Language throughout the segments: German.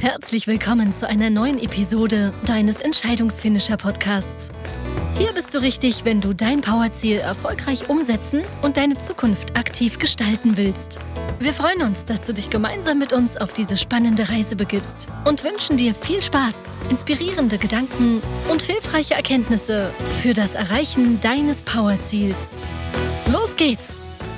Herzlich willkommen zu einer neuen Episode deines Entscheidungsfinisher-Podcasts. Hier bist du richtig, wenn du dein Powerziel erfolgreich umsetzen und deine Zukunft aktiv gestalten willst. Wir freuen uns, dass du dich gemeinsam mit uns auf diese spannende Reise begibst und wünschen dir viel Spaß, inspirierende Gedanken und hilfreiche Erkenntnisse für das Erreichen deines Powerziels. Los geht's!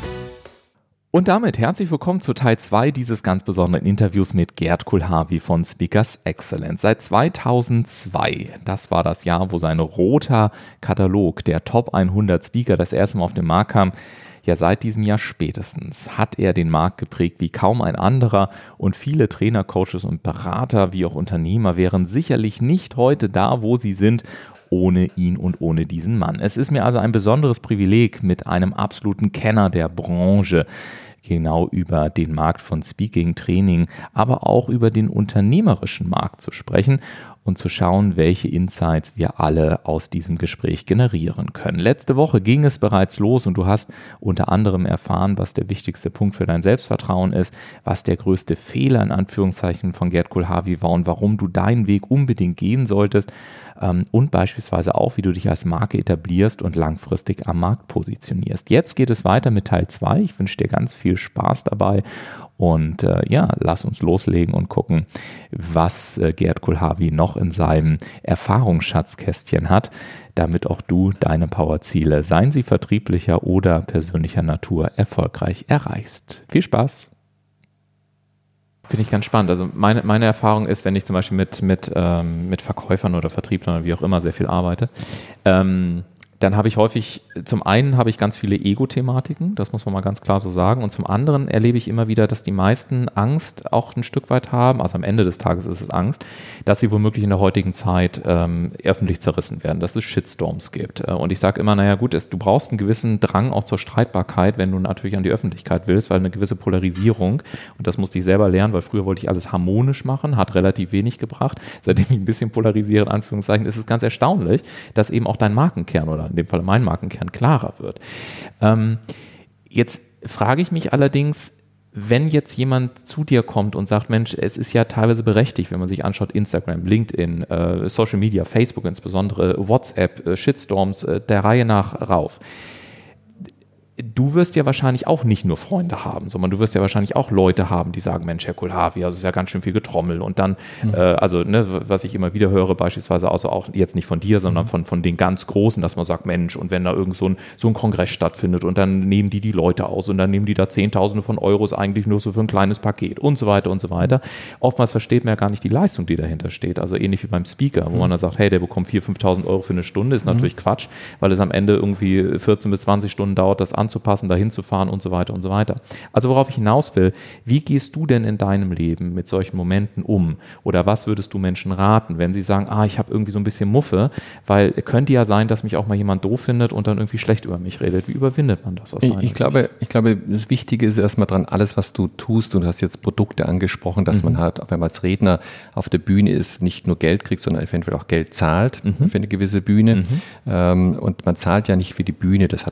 Und damit herzlich willkommen zu Teil 2 dieses ganz besonderen Interviews mit Gerd Kulhavy von Speakers Excellence. Seit 2002, das war das Jahr, wo sein roter Katalog der Top 100 Speaker das erste Mal auf den Markt kam, ja seit diesem Jahr spätestens hat er den Markt geprägt wie kaum ein anderer und viele Trainer, Coaches und Berater wie auch Unternehmer wären sicherlich nicht heute da, wo sie sind, ohne ihn und ohne diesen Mann. Es ist mir also ein besonderes Privileg, mit einem absoluten Kenner der Branche genau über den Markt von Speaking, Training, aber auch über den unternehmerischen Markt zu sprechen und zu schauen, welche Insights wir alle aus diesem Gespräch generieren können. Letzte Woche ging es bereits los und du hast unter anderem erfahren, was der wichtigste Punkt für dein Selbstvertrauen ist, was der größte Fehler in Anführungszeichen von Gerd Kulhavy war und warum du deinen Weg unbedingt gehen solltest und beispielsweise auch, wie du dich als Marke etablierst und langfristig am Markt positionierst. Jetzt geht es weiter mit Teil 2. Ich wünsche dir ganz viel Spaß dabei. Und lass uns loslegen und gucken, was Gerd Kulhavy noch in seinem Erfahrungsschatzkästchen hat, damit auch du deine Powerziele, seien sie vertrieblicher oder persönlicher Natur, erfolgreich erreichst. Viel Spaß! Finde ich ganz spannend. Also meine Erfahrung ist, wenn ich zum Beispiel mit Verkäufern oder Vertrieblern oder wie auch immer sehr viel arbeite, dann habe ich häufig, zum einen habe ich ganz viele Ego-Thematiken, das muss man mal ganz klar so sagen, und zum anderen erlebe ich immer wieder, dass die meisten Angst auch ein Stück weit haben, also am Ende des Tages ist es Angst, dass sie womöglich in der heutigen Zeit öffentlich zerrissen werden, dass es Shitstorms gibt. Und ich sage immer, naja gut, du brauchst einen gewissen Drang auch zur Streitbarkeit, wenn du natürlich an die Öffentlichkeit willst, weil eine gewisse Polarisierung, und das musste ich selber lernen, weil früher wollte ich alles harmonisch machen, hat relativ wenig gebracht. Seitdem ich ein bisschen polarisiere, in Anführungszeichen, ist es ganz erstaunlich, dass eben auch dein Markenkern oder in dem Fall mein Markenkern klarer wird. Jetzt frage ich mich allerdings, wenn jetzt jemand zu dir kommt und sagt, Mensch, es ist ja teilweise berechtigt, wenn man sich anschaut, Instagram, LinkedIn, Social Media, Facebook insbesondere, WhatsApp, Shitstorms, der Reihe nach rauf. Du wirst ja wahrscheinlich auch nicht nur Freunde haben, sondern du wirst ja wahrscheinlich auch Leute haben, die sagen, Mensch, Herr Kulhavy, also ist ja ganz schön viel Getrommel. Und dann, was ich immer wieder höre, beispielsweise also auch jetzt nicht von dir, sondern von den ganz Großen, dass man sagt, Mensch, und wenn da irgend so ein Kongress stattfindet und dann nehmen die Leute aus und dann nehmen die da Zehntausende von Euros eigentlich nur so für ein kleines Paket und so weiter und so weiter. Oftmals versteht man ja gar nicht die Leistung, die dahinter steht. Also ähnlich wie beim Speaker, wo man dann sagt, hey, der bekommt 4.000, 5.000 Euro für eine Stunde, ist natürlich Quatsch, weil es am Ende irgendwie 14 bis 20 Stunden dauert, das anzupassen, dahin zu fahren und so weiter und so weiter. Also worauf ich hinaus will, wie gehst du denn in deinem Leben mit solchen Momenten um? Oder was würdest du Menschen raten, wenn sie sagen, ich habe irgendwie so ein bisschen Muffe, weil könnte ja sein, dass mich auch mal jemand doof findet und dann irgendwie schlecht über mich redet. Wie überwindet man das aus deiner Sicht? Ich glaube, das Wichtige ist erstmal dran, alles, was du tust, und du hast jetzt Produkte angesprochen, dass man halt, wenn man als Redner auf der Bühne ist, nicht nur Geld kriegt, sondern eventuell auch Geld zahlt für eine gewisse Bühne. Und man zahlt ja nicht für die Bühne, das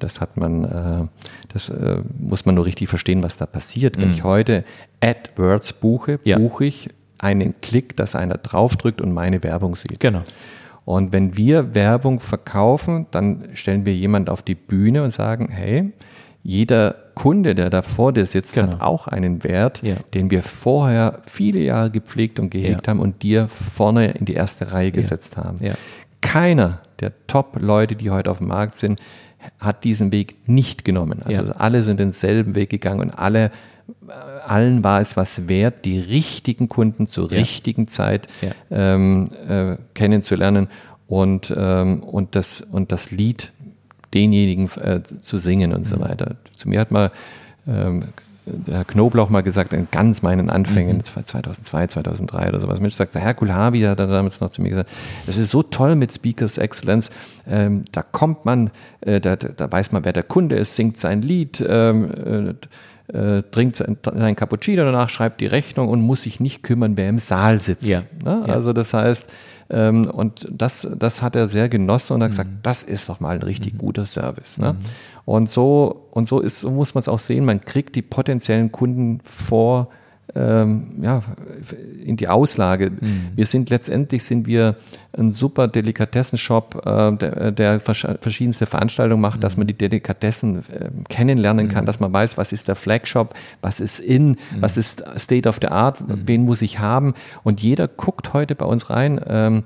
muss man nur richtig verstehen, was da passiert. Wenn ich heute AdWords buche ich einen Klick, dass einer draufdrückt und meine Werbung sieht. Genau. Und wenn wir Werbung verkaufen, dann stellen wir jemanden auf die Bühne und sagen, hey, jeder Kunde, der da vor dir sitzt, hat auch einen Wert, den wir vorher viele Jahre gepflegt und gehegt haben und dir vorne in die erste Reihe gesetzt haben. Ja. Keiner der Top-Leute, die heute auf dem Markt sind, hat diesen Weg nicht genommen. Also alle sind denselben Weg gegangen und allen war es was wert, die richtigen Kunden zur richtigen Zeit kennenzulernen und das Lied denjenigen zu singen und so weiter. Zu mir hat mal der Herr Knoblauch mal gesagt, in ganz meinen Anfängen, das war 2002, 2003 oder sowas, Mensch, sagt der Herr Kulhavy, hat er damals noch zu mir gesagt, das ist so toll mit Speakers Excellence, da kommt man, da weiß man, wer der Kunde ist, singt sein Lied, trinkt sein Cappuccino, danach schreibt die Rechnung und muss sich nicht kümmern, wer im Saal sitzt. Also das heißt, und das hat er sehr genossen und hat gesagt, das ist doch mal ein richtig guter Service. Ne? Und so muss man es auch sehen, man kriegt die potenziellen Kunden vor in die Auslage. Letztendlich sind wir ein super Delikatessen-Shop, der verschiedenste Veranstaltungen macht, dass man die Delikatessen kennenlernen kann, dass man weiß, was ist der Flagshop, was ist was ist State of the Art, wen muss ich haben. Und jeder guckt heute bei uns rein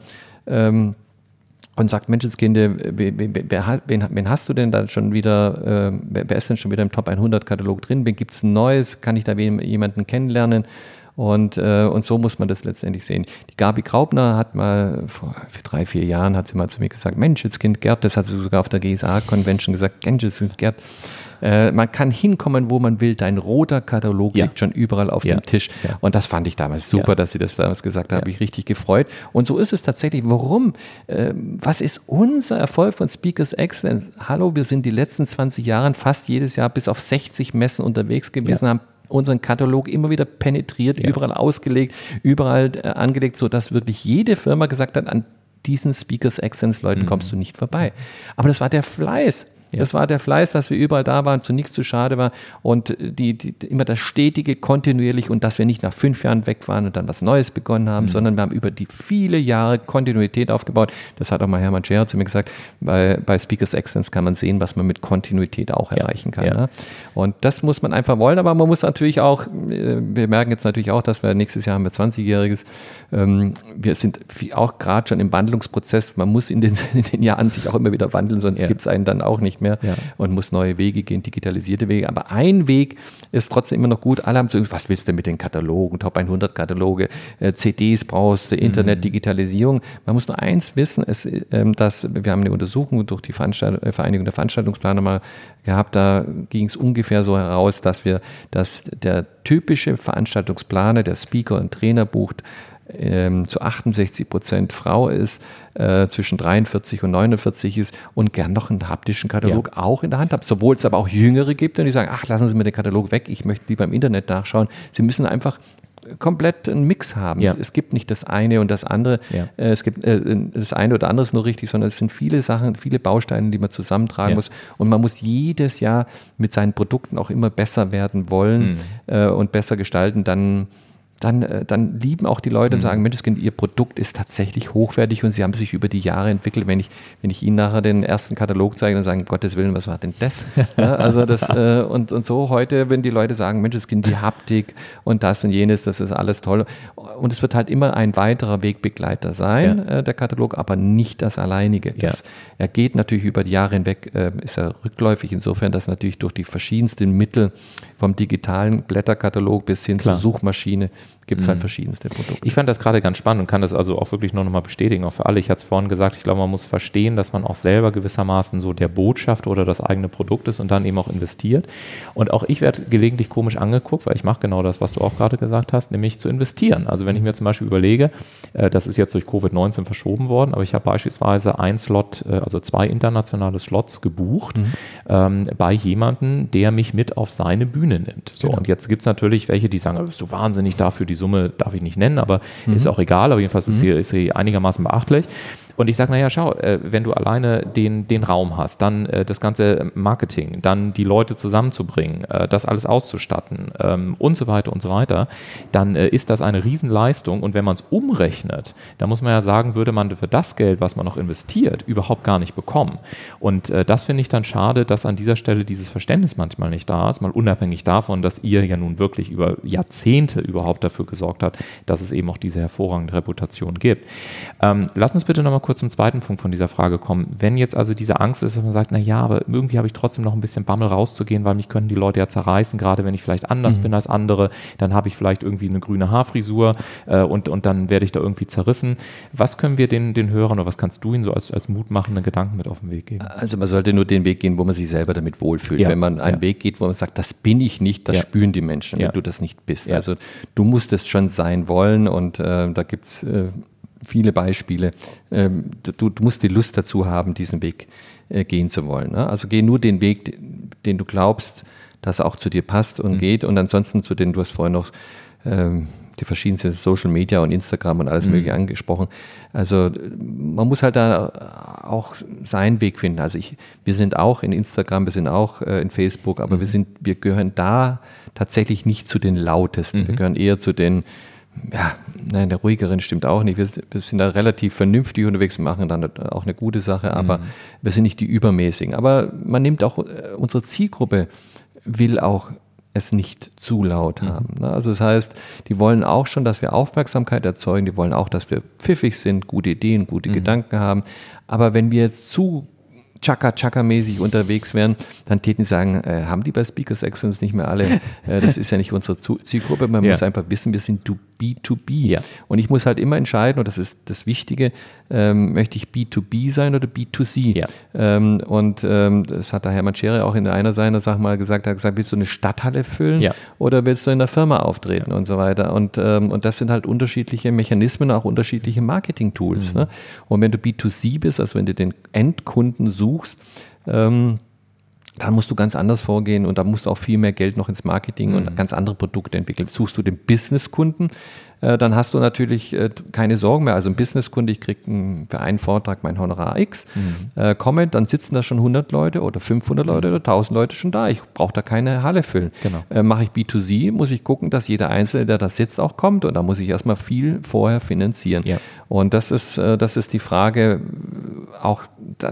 und sagt, Menschenskinder, wen hast du denn da schon wieder, wer ist denn schon wieder im Top 100 Katalog drin, wen gibt es ein neues, kann ich da jemanden kennenlernen? Und so muss man das letztendlich sehen. Die Gabi Graubner hat mal vor 3-4 Jahren hat sie mal zu mir gesagt, Menschenskind Gerd, das hat sie sogar auf der GSA-Convention gesagt, Menschenskind Gerd, man kann hinkommen, wo man will. Dein roter Katalog liegt schon überall auf dem Tisch. Ja. Und das fand ich damals super, dass sie das damals gesagt hat. Habe ich richtig gefreut. Und so ist es tatsächlich. Warum? Was ist unser Erfolg von Speakers Excellence? Hallo, wir sind die letzten 20 Jahre fast jedes Jahr bis auf 60 Messen unterwegs gewesen, haben unseren Katalog immer wieder penetriert, überall ausgelegt, überall angelegt, sodass wirklich jede Firma gesagt hat, an diesen Speakers Excellence Leuten kommst du nicht vorbei. Aber das war der Fleiß. Das war der Fleiß, dass wir überall da waren, zu nichts zu schade war und immer das stetige, kontinuierlich und dass wir nicht nach 5 Jahren weg waren und dann was Neues begonnen haben, sondern wir haben über die viele Jahre Kontinuität aufgebaut. Das hat auch mal Hermann Scherer zu mir gesagt, bei Speakers Excellence kann man sehen, was man mit Kontinuität auch erreichen kann. Ne? Und das muss man einfach wollen, aber man muss natürlich auch, wir merken jetzt natürlich auch, dass wir nächstes Jahr haben wir 20-Jähriges, wir sind auch gerade schon im Wandlungsprozess, man muss in den Jahren sich auch immer wieder wandeln, sonst gibt es einen dann auch nicht mehr und muss neue Wege gehen, digitalisierte Wege. Aber ein Weg ist trotzdem immer noch gut. Alle haben so, was willst du mit den Katalogen, Top 100 Kataloge, CDs brauchst du, Internet, Digitalisierung. Man muss nur eins wissen, wir haben eine Untersuchung durch die Vereinigung der Veranstaltungsplaner mal gehabt, da ging es ungefähr so heraus, dass der typische Veranstaltungsplaner, der Speaker und Trainer bucht, zu 68% Frau ist, zwischen 43 und 49 ist und gern noch einen haptischen Katalog auch in der Hand hat. Obwohl es aber auch Jüngere gibt, die sagen, ach, lassen Sie mir den Katalog weg, ich möchte lieber im Internet nachschauen. Sie müssen einfach komplett einen Mix haben. Es gibt nicht das eine und das andere. Es gibt das eine oder andere ist nur richtig, sondern es sind viele Sachen, viele Bausteine, die man zusammentragen muss. Und man muss jedes Jahr mit seinen Produkten auch immer besser werden wollen und besser gestalten. Dann lieben auch die Leute und sagen, Menschenskind, Ihr Produkt ist tatsächlich hochwertig und Sie haben sich über die Jahre entwickelt. Wenn ich Ihnen nachher den ersten Katalog zeige, dann sagen, Gottes Willen, was war denn das? Also das und so heute, wenn die Leute sagen, Menschenskind, die Haptik und das und jenes, das ist alles toll. Und es wird halt immer ein weiterer Wegbegleiter sein, der Katalog, aber nicht das Alleinige. Er geht natürlich über die Jahre hinweg, ist er rückläufig, insofern, dass natürlich durch die verschiedensten Mittel vom digitalen Blätterkatalog bis hin zur Suchmaschine gibt es halt verschiedenste Produkte. Ich fand das gerade ganz spannend und kann das also auch wirklich nur noch mal bestätigen, auch für alle. Ich hatte es vorhin gesagt, ich glaube, man muss verstehen, dass man auch selber gewissermaßen so der Botschafter oder das eigene Produkt ist und dann eben auch investiert. Und auch ich werde gelegentlich komisch angeguckt, weil ich mache genau das, was du auch gerade gesagt hast, nämlich zu investieren. Also wenn ich mir zum Beispiel überlege, das ist jetzt durch Covid-19 verschoben worden, aber ich habe beispielsweise zwei internationale Slots gebucht bei jemandem, der mich mit auf seine Bühne nimmt. So, und jetzt gibt es natürlich welche, die sagen, bist du wahnsinnig dafür, die Summe darf ich nicht nennen, aber ist auch egal, aber jedenfalls ist sie einigermaßen beachtlich. Und ich sage, naja, schau, wenn du alleine den Raum hast, dann das ganze Marketing, dann die Leute zusammenzubringen, das alles auszustatten und so weiter, dann ist das eine Riesenleistung. Und wenn man es umrechnet, dann muss man ja sagen, würde man für das Geld, was man noch investiert, überhaupt gar nicht bekommen. Und das finde ich dann schade, dass an dieser Stelle dieses Verständnis manchmal nicht da ist, mal unabhängig davon, dass ihr ja nun wirklich über Jahrzehnte überhaupt dafür gesorgt habt, dass es eben auch diese hervorragende Reputation gibt. Lass uns bitte nochmal kurz zum zweiten Punkt von dieser Frage kommen. Wenn jetzt also diese Angst ist, dass man sagt, naja, aber irgendwie habe ich trotzdem noch ein bisschen Bammel rauszugehen, weil mich können die Leute ja zerreißen, gerade wenn ich vielleicht anders bin als andere, dann habe ich vielleicht irgendwie eine grüne Haarfrisur und dann werde ich da irgendwie zerrissen. Was können wir den Hörern oder was kannst du ihnen so als mutmachenden Gedanken mit auf den Weg geben? Also man sollte nur den Weg gehen, wo man sich selber damit wohlfühlt. Wenn man einen Weg geht, wo man sagt, das bin ich nicht, das spüren die Menschen, wenn du das nicht bist. Also du musst es schon sein wollen und da gibt es viele Beispiele. Du musst die Lust dazu haben, diesen Weg gehen zu wollen. Ne? Also geh nur den Weg, den du glaubst, dass auch zu dir passt und geht. Und ansonsten du hast vorhin noch die verschiedensten Social Media und Instagram und alles Mögliche angesprochen. Also man muss halt da auch seinen Weg finden. Also wir sind auch in Instagram, wir sind auch in Facebook, aber wir gehören da tatsächlich nicht zu den lautesten. Wir gehören eher zu den, der ruhigeren stimmt auch nicht. Wir sind da relativ vernünftig unterwegs, machen dann auch eine gute Sache, aber wir sind nicht die übermäßigen. Aber man nimmt auch, unsere Zielgruppe will auch es nicht zu laut haben. Also das heißt, die wollen auch schon, dass wir Aufmerksamkeit erzeugen, die wollen auch, dass wir pfiffig sind, gute Ideen, gute Gedanken haben. Aber wenn wir jetzt zu Chaka-Chaka-mäßig unterwegs wären, dann täten sie sagen, haben die bei Speakers Excellence nicht mehr alle, das ist ja nicht unsere Zielgruppe, man muss einfach wissen, wir sind B2B. Ja. Und ich muss halt immer entscheiden, und das ist das Wichtige, möchte ich B2B sein oder B2C? Ja. Das hat der Hermann Scherer auch in einer seiner Sachen mal gesagt, er hat gesagt, willst du eine Stadthalle füllen oder willst du in der Firma auftreten und so weiter? Und das sind halt unterschiedliche Mechanismen, auch unterschiedliche Marketing-Tools. Ne? Und wenn du B2C bist, also wenn du den Endkunden suchst, dann musst du ganz anders vorgehen und da musst du auch viel mehr Geld noch ins Marketing und ganz andere Produkte entwickeln. Suchst du den Businesskunden, dann hast du natürlich keine Sorgen mehr. Also ein Businesskunde, ich kriege für einen Vortrag mein Honorar X, komme, dann sitzen da schon 100 Leute oder 500 Leute oder 1000 Leute schon da. Ich brauche da keine Halle füllen. Genau. Mache ich B2C, muss ich gucken, dass jeder Einzelne, der da sitzt, auch kommt und da muss ich erstmal viel vorher finanzieren. Ja. Und das ist die Frage, auch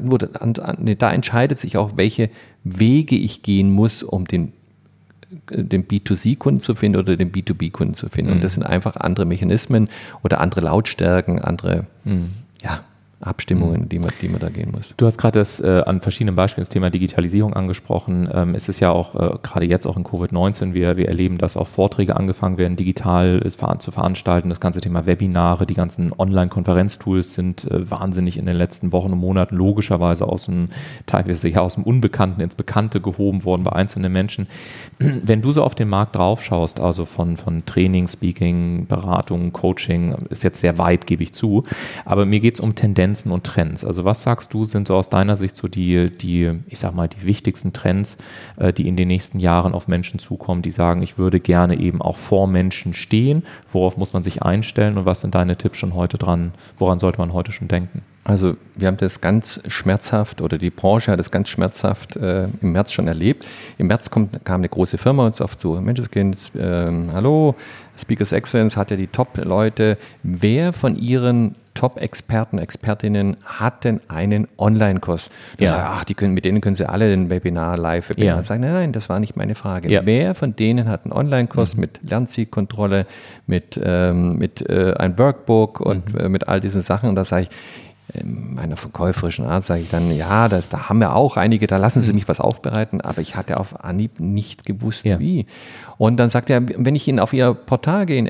da entscheidet sich auch, welche Wege ich gehen muss, um den B2C-Kunden zu finden oder den B2B-Kunden zu finden. Und das sind einfach andere Mechanismen oder andere Lautstärken, andere Abstimmungen, die man da gehen muss. Du hast gerade an verschiedenen Beispielen das Thema Digitalisierung angesprochen. Es ist ja auch gerade jetzt auch in Covid-19, wir erleben, dass auch Vorträge angefangen werden, digital zu veranstalten. Das ganze Thema Webinare, die ganzen Online-Konferenztools sind wahnsinnig in den letzten Wochen und Monaten logischerweise teilweise aus dem Unbekannten ins Bekannte gehoben worden bei einzelnen Menschen. Wenn du so auf den Markt drauf schaust, also von Training, Speaking, Beratung, Coaching, ist jetzt sehr weit, gebe ich zu, aber mir geht es um Tendenzen und Trends. Also was sagst du, sind so aus deiner Sicht so die wichtigsten Trends, die in den nächsten Jahren auf Menschen zukommen, die sagen, ich würde gerne eben auch vor Menschen stehen. Worauf muss man sich einstellen und was sind deine Tipps schon heute dran? Woran sollte man heute schon denken? Also wir haben das ganz schmerzhaft oder die Branche hat das ganz schmerzhaft im März schon erlebt. Im März kam eine große Firma uns auf zu. Menschenskind, hallo, Speakers Excellence hat ja die Top-Leute. Wer von Ihren Top-Experten, Expertinnen hat denn einen Online-Kurs? Mit denen können Sie alle ein Webinar, Live-Webinar sagen. Nein, das war nicht meine Frage. Ja. Wer von denen hat einen Online-Kurs mit Lernzielkontrolle, mit einem Workbook und mit all diesen Sachen? Und da sage ich, meiner verkäuferischen Art sage ich dann, da haben wir auch einige, da lassen Sie mich was aufbereiten, aber ich hatte auf Anhieb nicht gewusst, wie. Und dann sagt er, wenn ich Ihnen auf Ihr Portal gehe, in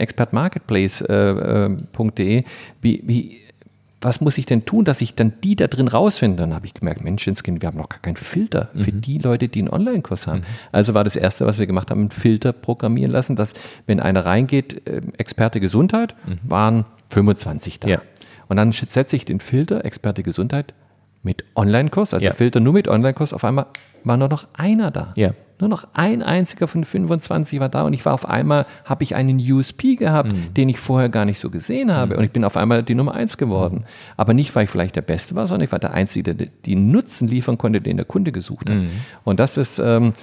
expertmarketplace.de, was muss ich denn tun, dass ich dann die da drin rausfinde? Dann habe ich gemerkt, Menschenskind, wir haben noch gar keinen Filter für die Leute, die einen Online-Kurs haben. Also war das Erste, was wir gemacht haben, einen Filter programmieren lassen, dass, wenn einer reingeht, Experte Gesundheit, waren 25 da. Ja. Und dann setze ich den Filter Experte Gesundheit mit Online-Kurs, also Filter nur mit Online-Kurs, auf einmal war nur noch einer da. Ja. Nur noch ein einziger von 25 war da und habe ich einen USP gehabt, den ich vorher gar nicht so gesehen habe und ich bin auf einmal die Nummer 1 geworden. Aber nicht, weil ich vielleicht der Beste war, sondern ich war der Einzige, der den Nutzen liefern konnte, den der Kunde gesucht hat. Und das ist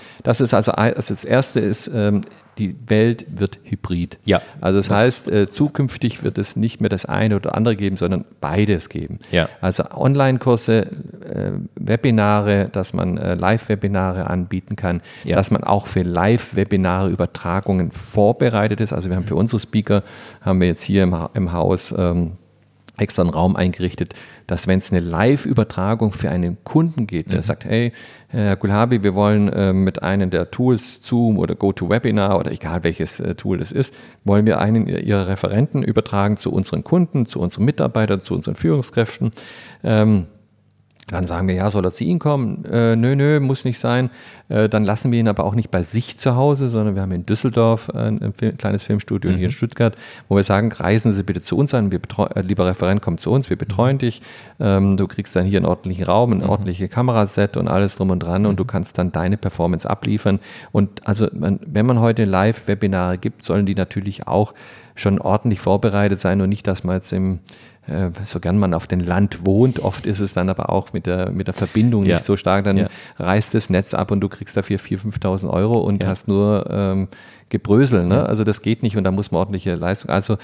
das Erste ist, die Welt wird hybrid. Ja. Also das heißt, zukünftig wird es nicht mehr das eine oder andere geben, sondern beides geben. Ja. Also Online-Kurse, Webinare, dass man Live-Webinare anbieten kann, dass man auch für Live-Webinare Übertragungen vorbereitet ist. Also wir haben für unsere Speaker, haben wir jetzt hier im Haus extra einen Raum eingerichtet, dass wenn es eine Live-Übertragung für einen Kunden geht, der sagt, hey, Herr Kulhavi, wir wollen mit einem der Tools, Zoom oder GoToWebinar oder egal welches Tool das ist, wollen wir einen Ihrer Referenten übertragen zu unseren Kunden, zu unseren Mitarbeitern, zu unseren Führungskräften. Dann sagen wir, ja, soll er zu Ihnen kommen? Nö, muss nicht sein. Dann lassen wir ihn aber auch nicht bei sich zu Hause, sondern wir haben in Düsseldorf ein kleines Filmstudio und hier in Stuttgart, wo wir sagen, reisen Sie bitte zu uns an, lieber Referent, komm zu uns, wir betreuen dich. Du kriegst dann hier einen ordentlichen Raum, ein ordentliches Kameraset und alles drum und dran und du kannst dann deine Performance abliefern. Und also wenn man heute Live-Webinare gibt, sollen die natürlich auch schon ordentlich vorbereitet sein und nicht, dass man jetzt so gern man auf dem Land wohnt, oft ist es dann aber auch mit der Verbindung nicht so stark, dann reißt das Netz ab und du kriegst dafür 4.000, 5.000 Euro und hast nur Gebrösel, ne? Also das geht nicht und da muss man ordentliche Leistung, also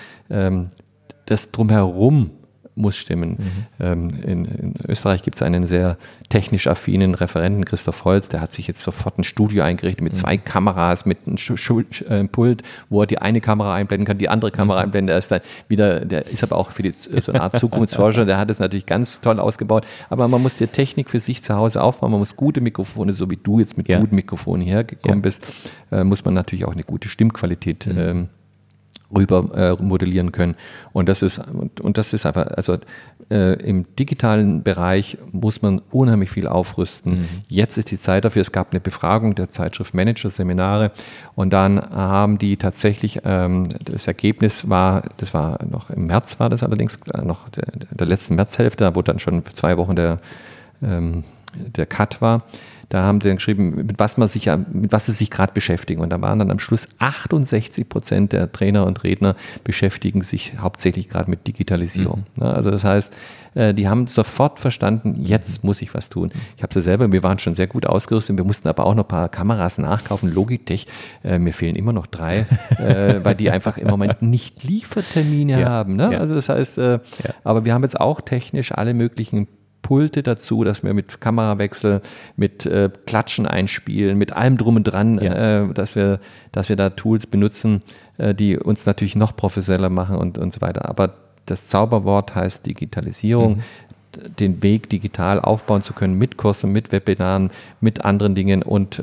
das Drumherum muss stimmen. In Österreich gibt es einen sehr technisch affinen Referenten, Christoph Holz, der hat sich jetzt sofort ein Studio eingerichtet mit 2 Kameras, mit einem Pult, wo er die eine Kamera einblenden kann, die andere Kamera einblenden. Der ist aber auch für so eine Art Zukunftsforscher, der hat es natürlich ganz toll ausgebaut. Aber man muss die Technik für sich zu Hause aufbauen, man muss gute Mikrofone, so wie du jetzt mit guten Mikrofonen hergekommen bist, muss man natürlich auch eine gute Stimmqualität rüber modellieren können. Und das ist einfach, also im digitalen Bereich muss man unheimlich viel aufrüsten. Jetzt ist die Zeit dafür. Es gab eine Befragung der Zeitschrift Manager Seminare und dann haben die tatsächlich, das Ergebnis war, das war noch im März, war das allerdings noch der letzten Märzhälfte, wo dann schon für 2 Wochen der Cut war. Da haben sie dann geschrieben, mit was sie sich gerade beschäftigen. Und da waren dann am Schluss 68% der Trainer und Redner beschäftigen sich hauptsächlich gerade mit Digitalisierung. Also das heißt, die haben sofort verstanden, jetzt muss ich was tun. Ich habe es ja selber, wir waren schon sehr gut ausgerüstet, wir mussten aber auch noch ein paar Kameras nachkaufen, Logitech, mir fehlen immer noch 3, weil die einfach im Moment nicht Liefertermine haben. Ne? Also das heißt, aber wir haben jetzt auch technisch alle möglichen Pulte dazu, dass wir mit Kamerawechsel, mit Klatschen einspielen, mit allem drum und dran, dass wir da Tools benutzen, die uns natürlich noch professioneller machen und so weiter. Aber das Zauberwort heißt Digitalisierung, den Weg digital aufbauen zu können mit Kursen, mit Webinaren, mit anderen Dingen und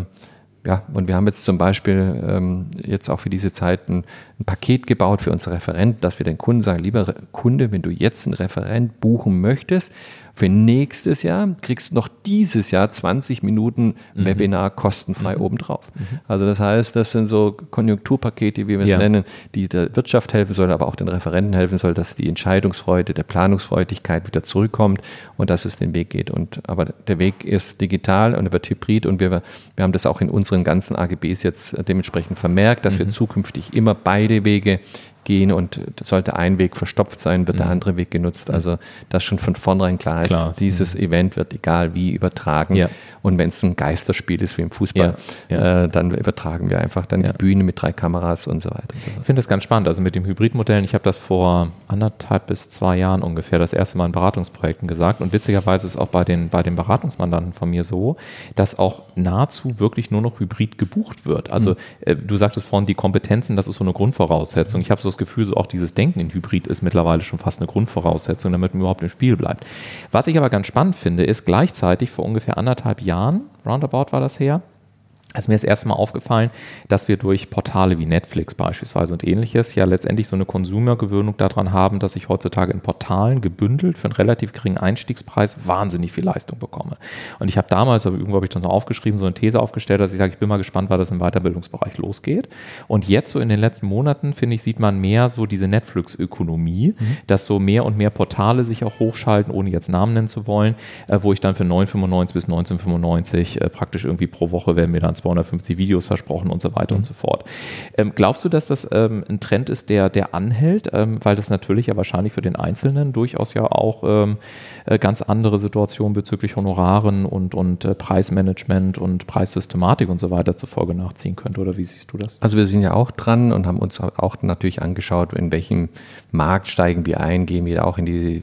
und wir haben jetzt zum Beispiel jetzt auch für diese Zeit ein Paket gebaut für unsere Referenten, dass wir den Kunden sagen, lieber Kunde, wenn du jetzt einen Referent buchen möchtest, für nächstes Jahr kriegst du noch dieses Jahr 20 Minuten Webinar kostenfrei obendrauf. Also das heißt, das sind so Konjunkturpakete, wie wir es nennen, die der Wirtschaft helfen sollen, aber auch den Referenten helfen soll, dass die Entscheidungsfreude, der Planungsfreudigkeit wieder zurückkommt und dass es den Weg geht. Aber der Weg ist digital und er wird hybrid und wir haben das auch in unseren ganzen AGBs jetzt dementsprechend vermerkt, dass wir zukünftig immer beide Wege gehen und sollte ein Weg verstopft sein, wird der andere Weg genutzt. Also dass schon von vornherein klar ist, dieses Event wird egal wie übertragen. Und wenn es ein Geisterspiel ist wie im Fußball, dann übertragen wir einfach dann die Bühne mit 3 Kameras und so weiter. Ich finde das ganz spannend. Also mit dem Hybridmodellen, ich habe das vor 1,5 bis 2 Jahren ungefähr das erste Mal in Beratungsprojekten gesagt und witzigerweise ist auch bei den Beratungsmandanten von mir so, dass auch nahezu wirklich nur noch Hybrid gebucht wird. Also du sagtest vorhin, die Kompetenzen, das ist so eine Grundvoraussetzung. Ich habe so das Gefühl, so auch dieses Denken in Hybrid ist mittlerweile schon fast eine Grundvoraussetzung, damit man überhaupt im Spiel bleibt. Was ich aber ganz spannend finde, ist gleichzeitig vor ungefähr 1,5 Jahren, roundabout war das her, ist mir das erste Mal aufgefallen, dass wir durch Portale wie Netflix beispielsweise und ähnliches ja letztendlich so eine Konsumergewöhnung daran haben, dass ich heutzutage in Portalen gebündelt für einen relativ geringen Einstiegspreis wahnsinnig viel Leistung bekomme. Und ich habe damals, irgendwo habe ich das noch aufgeschrieben, so eine These aufgestellt, dass ich sage, ich bin mal gespannt, weil das im Weiterbildungsbereich losgeht. Und jetzt so in den letzten Monaten, finde ich, sieht man mehr so diese Netflix-Ökonomie, dass so mehr und mehr Portale sich auch hochschalten, ohne jetzt Namen nennen zu wollen, wo ich dann für 9,95 bis 19,95 praktisch irgendwie pro Woche werden mir dann 250 Videos versprochen und so weiter und so fort. Glaubst du, dass das ein Trend ist, der anhält? Weil das natürlich ja wahrscheinlich für den Einzelnen durchaus ja auch ganz andere Situationen bezüglich Honoraren und Preismanagement und Preissystematik und so weiter zur Folge nachziehen könnte. Oder wie siehst du das? Also wir sind ja auch dran und haben uns auch natürlich angeschaut, in welchem Markt steigen wir ein, gehen wir auch in die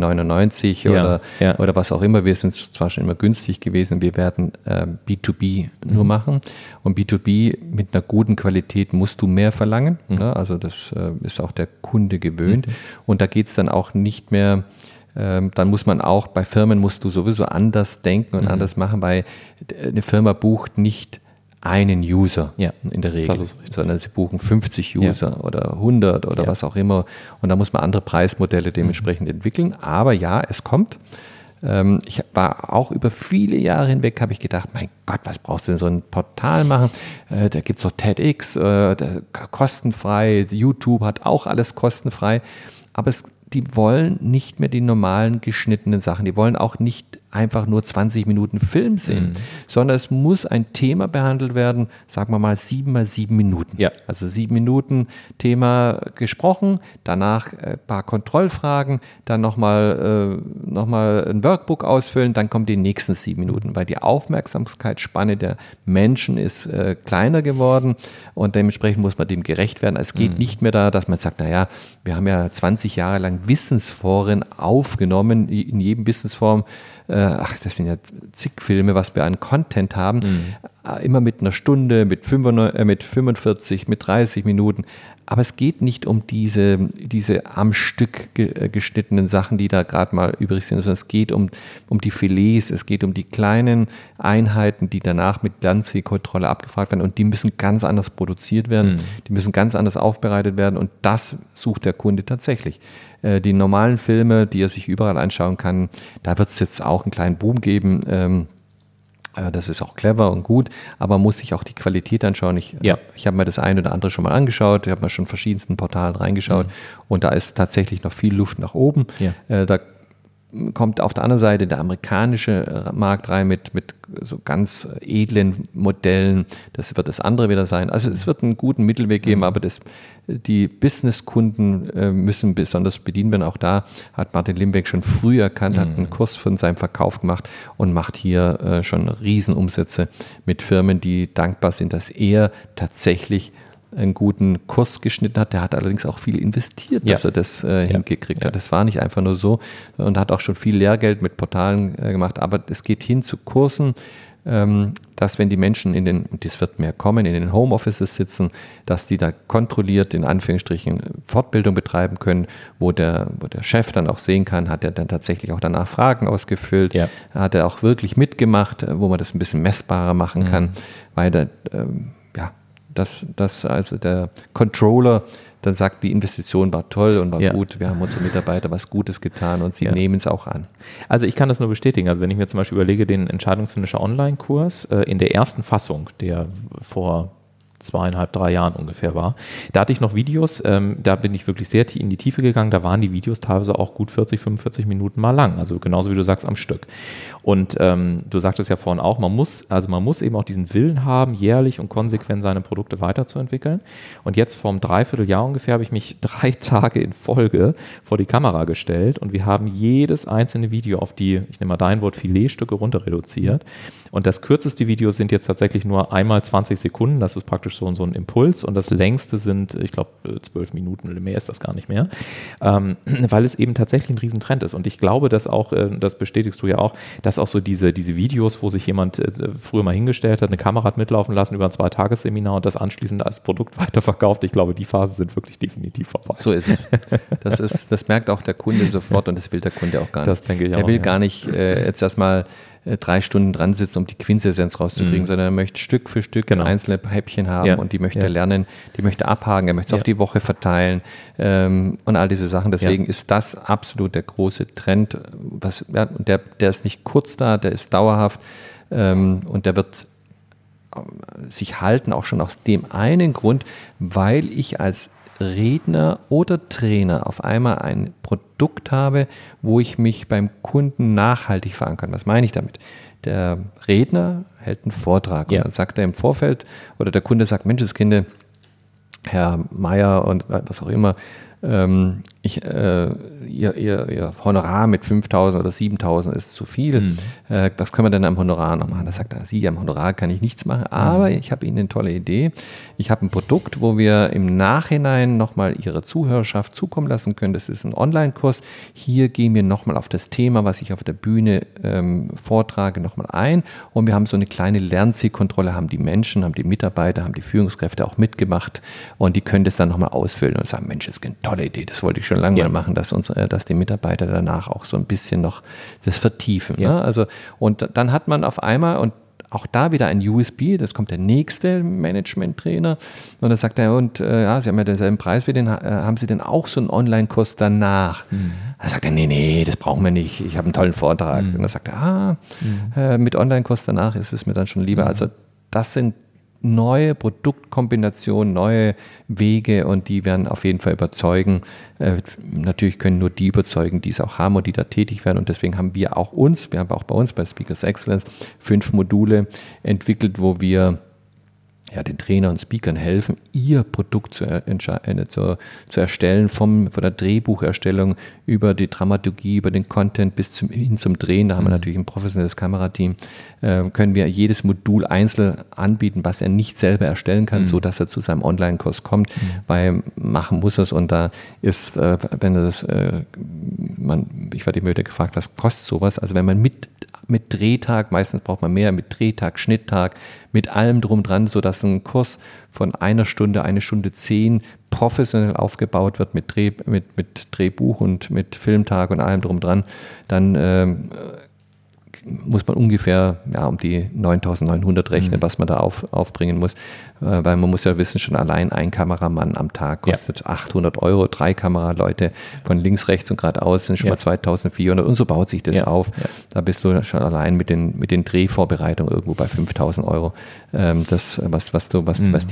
9,99 oder was auch immer. Wir sind zwar schon immer günstig gewesen, wir werden B2B nur machen. Und B2B mit einer guten Qualität musst du mehr verlangen. Ne? Also das ist auch der Kunde gewöhnt. Und da geht es dann auch nicht mehr, dann muss man auch, bei Firmen musst du sowieso anders denken und anders machen, weil eine Firma bucht nicht einen User in der Regel, sondern sie buchen 50 User oder 100 oder was auch immer. Und da muss man andere Preismodelle dementsprechend entwickeln. Aber ja, es kommt. Ich war auch über viele Jahre hinweg, habe ich gedacht, mein Gott, was brauchst du denn so ein Portal machen? Da gibt es doch TEDx, kostenfrei, YouTube hat auch alles kostenfrei. Aber die wollen nicht mehr die normalen geschnittenen Sachen. Die wollen auch nicht einfach nur 20 Minuten Film sehen, sondern es muss ein Thema behandelt werden, sagen wir mal 7 mal 7 Minuten. Ja. Also 7 Minuten Thema gesprochen, danach ein paar Kontrollfragen, dann nochmal ein Workbook ausfüllen, dann kommen die nächsten 7 Minuten, weil die Aufmerksamkeitsspanne der Menschen ist kleiner geworden und dementsprechend muss man dem gerecht werden. Es geht nicht mehr da, dass man sagt, naja, wir haben ja 20 Jahre lang Wissensforen aufgenommen, in jedem Wissensforum, das sind ja zig Filme, was wir an Content haben, immer mit einer Stunde, mit 45, mit 30 Minuten. Aber es geht nicht um diese am Stück geschnittenen Sachen, die da gerade mal übrig sind, sondern es geht um die Filets, es geht um die kleinen Einheiten, die danach mit ganz viel Kontrolle abgefragt werden und die müssen ganz anders produziert werden, die müssen ganz anders aufbereitet werden und das sucht der Kunde tatsächlich. Die normalen Filme, die er sich überall anschauen kann, da wird es jetzt auch einen kleinen Boom geben. Das ist auch clever und gut, aber man muss sich auch die Qualität anschauen. Ich habe mir das ein oder andere schon mal angeschaut, ich habe mir schon verschiedensten Portalen reingeschaut und da ist tatsächlich noch viel Luft nach oben. Ja. Da kommt auf der anderen Seite der amerikanische Markt rein mit so ganz edlen Modellen. Das wird das andere wieder sein. Also es wird einen guten Mittelweg geben, aber die Businesskunden müssen besonders bedient werden. Auch da hat Martin Limbeck schon früh erkannt, hat einen Kurs von seinem Verkauf gemacht und macht hier schon Riesenumsätze mit Firmen, die dankbar sind, dass er tatsächlich einen guten Kurs geschnitten hat. Der hat allerdings auch viel investiert, dass er das hingekriegt hat. Das war nicht einfach nur so und hat auch schon viel Lehrgeld mit Portalen gemacht. Aber es geht hin zu Kursen, dass wenn die Menschen und das wird mehr kommen, in den Homeoffices sitzen, dass die da kontrolliert, in Anführungsstrichen, Fortbildung betreiben können, wo der Chef dann auch sehen kann, hat er dann tatsächlich auch danach Fragen ausgefüllt, hat er auch wirklich mitgemacht, wo man das ein bisschen messbarer machen kann, weil also der Controller dann sagt, die Investition war toll und war gut, wir haben unseren Mitarbeitern was Gutes getan und sie nehmen es auch an. Also ich kann das nur bestätigen. Also wenn ich mir zum Beispiel überlege, den Entscheidungsfinisher Online-Kurs in der ersten Fassung, der vor 2,5, 3 Jahren ungefähr war. Da hatte ich noch Videos, da bin ich wirklich sehr in die Tiefe gegangen, da waren die Videos teilweise auch gut 40, 45 Minuten mal lang, also genauso wie du sagst, am Stück. Und du sagtest ja vorhin auch, man muss eben auch diesen Willen haben, jährlich und konsequent seine Produkte weiterzuentwickeln. Und jetzt vor einem Dreivierteljahr ungefähr habe ich mich 3 Tage in Folge vor die Kamera gestellt und wir haben jedes einzelne Video auf die, ich nehme mal dein Wort, Filetstücke runter reduziert. Und das kürzeste Video sind jetzt tatsächlich nur einmal 20 Sekunden, das ist praktisch so ein Impuls und das längste sind, ich glaube, 12 Minuten, mehr ist das gar nicht mehr, weil es eben tatsächlich ein Riesentrend ist. Und ich glaube, dass auch, das bestätigst du ja auch, dass auch so diese Videos, wo sich jemand früher mal hingestellt hat, eine Kamera hat mitlaufen lassen über ein 2-Tages-Seminar und das anschließend als Produkt weiterverkauft, ich glaube, die Phasen sind wirklich definitiv vorbei. So ist es. Das merkt auch der Kunde sofort und das will der Kunde auch gar nicht. Das denke ich auch. Der will gar nicht jetzt erstmal 3 Stunden dran sitzen, um die Quintessenz rauszukriegen, sondern er möchte Stück für Stück einzelne Häppchen haben und die möchte er lernen, die möchte abhaken, er möchte es auf die Woche verteilen und all diese Sachen. Deswegen ist das absolut der große Trend. Und der ist nicht kurz da, der ist dauerhaft und der wird sich halten, auch schon aus dem einen Grund, weil ich als Redner oder Trainer auf einmal ein Produkt habe, wo ich mich beim Kunden nachhaltig verankern kann. Was meine ich damit? Der Redner hält einen Vortrag und dann sagt er im Vorfeld oder der Kunde sagt, Mensch, das Kind, Herr Meier und was auch immer, Ihr Honorar mit 5.000 oder 7.000 ist zu viel. Was können wir denn am Honorar noch machen? Da sagt er, Sie, am Honorar kann ich nichts machen, aber ich habe Ihnen eine tolle Idee. Ich habe ein Produkt, wo wir im Nachhinein nochmal Ihre Zuhörerschaft zukommen lassen können. Das ist ein Online-Kurs. Hier gehen wir nochmal auf das Thema, was ich auf der Bühne vortrage, nochmal ein. Und wir haben so eine kleine Lernzielkontrolle, haben die Menschen, haben die Mitarbeiter, haben die Führungskräfte auch mitgemacht und die können das dann nochmal ausfüllen und sagen, Mensch, das ist eine tolle Idee, das wollte ich schon lange mal machen, dass die Mitarbeiter danach auch so ein bisschen noch das vertiefen. Ja. Ne? Also, und dann hat man auf einmal, und auch da wieder ein USB, das kommt der nächste Management-Trainer und da sagt er, Sie haben ja denselben Preis wie den, haben Sie denn auch so einen Online-Kurs danach? Da sagt er, nee, das brauchen wir nicht, ich habe einen tollen Vortrag. Und dann sagt er, mit Online-Kurs danach ist es mir dann schon lieber. Also das sind neue Produktkombinationen, neue Wege und die werden auf jeden Fall überzeugen. Natürlich können nur die überzeugen, die es auch haben und die da tätig werden und deswegen haben wir auch bei uns bei Speakers Excellence 5 Module entwickelt, wo wir den Trainer und Speakern helfen, ihr Produkt zu erstellen, von der Drehbucherstellung über die Dramaturgie, über den Content bis hin zum Drehen. Da haben wir natürlich ein professionelles Kamerateam. Können wir jedes Modul einzeln anbieten, was er nicht selber erstellen kann, so dass er zu seinem Online-Kurs kommt, weil machen muss es und da ist, wenn er das, ich werde immer wieder gefragt, was kostet sowas? Also wenn man mit Drehtag, meistens braucht man mehr, mit Drehtag, Schnitttag, mit allem drum dran, sodass ein Kurs von 1 Stunde, 1 Stunde 10 professionell aufgebaut wird mit Drehbuch und mit Filmtag und allem drum dran, dann muss man ungefähr um die 9.900 rechnen, was man da aufbringen muss, weil man muss ja wissen, schon allein ein Kameramann am Tag kostet 800 €, 3 Kameraleute von links, rechts und geradeaus sind schon mal 2.400 und so baut sich das auf. Ja. Da bist du schon allein mit den Drehvorbereitungen irgendwo bei 5.000 €. Das, was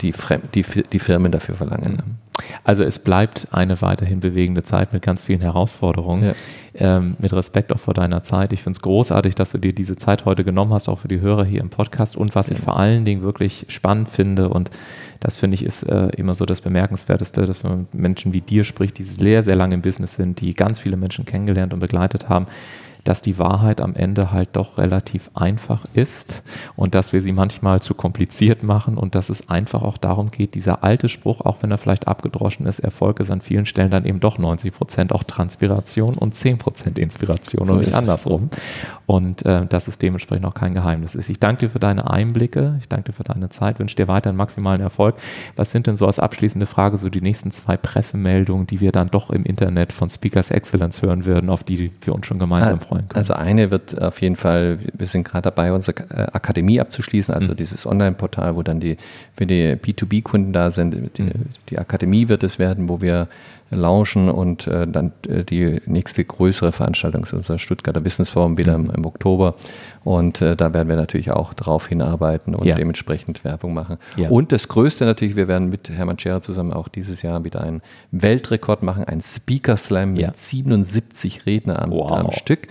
die Firmen dafür verlangen. Also es bleibt eine weiterhin bewegende Zeit mit ganz vielen Herausforderungen. Ja. Mit Respekt auch vor deiner Zeit. Ich finde es großartig, dass du dir diese Zeit heute genommen hast, auch für die Hörer hier im Podcast. Und was ich vor allen Dingen wirklich spannend finde, und das finde ich ist immer so das Bemerkenswerteste, dass man mit Menschen wie dir spricht, die sehr, sehr lange im Business sind, die ganz viele Menschen kennengelernt und begleitet haben, dass die Wahrheit am Ende halt doch relativ einfach ist und dass wir sie manchmal zu kompliziert machen und dass es einfach auch darum geht, dieser alte Spruch, auch wenn er vielleicht abgedroschen ist, Erfolg ist an vielen Stellen dann eben doch 90% auch Transpiration und 10% Inspiration und nicht andersrum. Und dass es dementsprechend auch kein Geheimnis ist. Ich danke dir für deine Einblicke, ich danke dir für deine Zeit, wünsche dir weiterhin maximalen Erfolg. Was sind denn so als abschließende Frage so die nächsten 2 Pressemeldungen, die wir dann doch im Internet von Speakers Excellence hören würden, auf die wir uns schon gemeinsam freuen können? Also eine wird auf jeden Fall, wir sind gerade dabei, unsere Akademie abzuschließen, also dieses Online-Portal, wo dann die B2B-Kunden da sind. Die Akademie wird es werden, wo wir launchen und dann die nächste größere Veranstaltung ist unser Stuttgarter Business Forum wieder im Oktober und da werden wir natürlich auch drauf hinarbeiten und dementsprechend Werbung machen. Ja. Und das Größte natürlich, wir werden mit Hermann Scherer zusammen auch dieses Jahr wieder einen Weltrekord machen, einen Speaker Slam mit 77 Redner am Stück.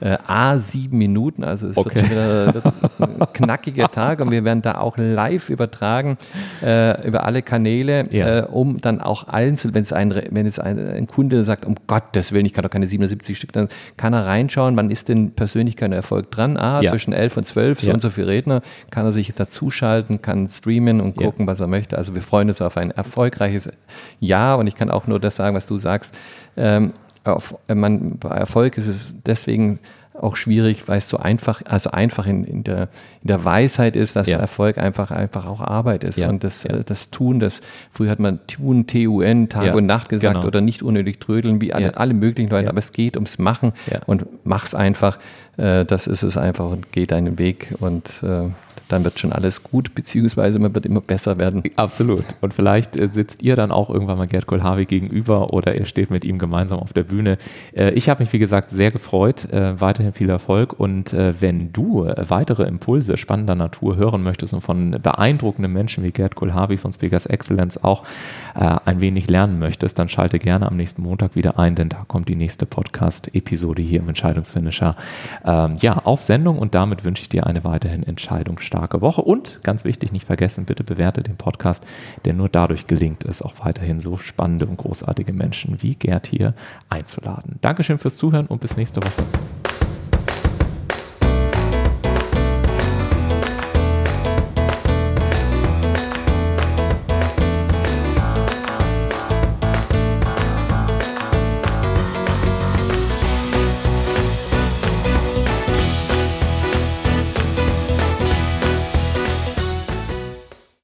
7 Minuten, also es wird schon wieder ein knackiger Tag und wir werden da auch live übertragen über alle Kanäle, um dann auch einzeln, wenn jetzt ein Kunde sagt, um Gottes Willen, ich kann doch keine 77 Stück, dann kann er reinschauen, wann ist denn Persönlichkeitserfolg dran? Zwischen 11 und 12, so und so viele Redner, kann er sich dazuschalten, kann streamen und gucken, was er möchte. Also wir freuen uns auf ein erfolgreiches Jahr und ich kann auch nur das sagen, was du sagst, bei Erfolg ist es deswegen auch schwierig, weil es so einfach in der Weisheit ist, dass Erfolg einfach auch Arbeit ist. Und das Tun, früher hat man Tun, T-U-N, Tag und Nacht gesagt oder nicht unnötig trödeln, wie alle möglichen Leute, aber es geht ums Machen und mach's einfach. Das ist es einfach und geh deinen Weg und dann wird schon alles gut, beziehungsweise man wird immer besser werden. Absolut. Und vielleicht sitzt ihr dann auch irgendwann mal Gert Kohlhavi gegenüber oder ihr steht mit ihm gemeinsam auf der Bühne. Ich habe mich, wie gesagt, sehr gefreut. Weiterhin viel Erfolg. Und wenn du weitere Impulse spannender Natur hören möchtest und von beeindruckenden Menschen wie Gert Kohlhavi von Speakers Excellence auch ein wenig lernen möchtest, dann schalte gerne am nächsten Montag wieder ein, denn da kommt die nächste Podcast-Episode hier im Entscheidungsfinisher auf Sendung und damit wünsche ich dir eine weiterhin entscheidungsstarke Woche und ganz wichtig, nicht vergessen, bitte bewerte den Podcast, denn nur dadurch gelingt es auch weiterhin so spannende und großartige Menschen wie Gert hier einzuladen. Dankeschön fürs Zuhören und bis nächste Woche.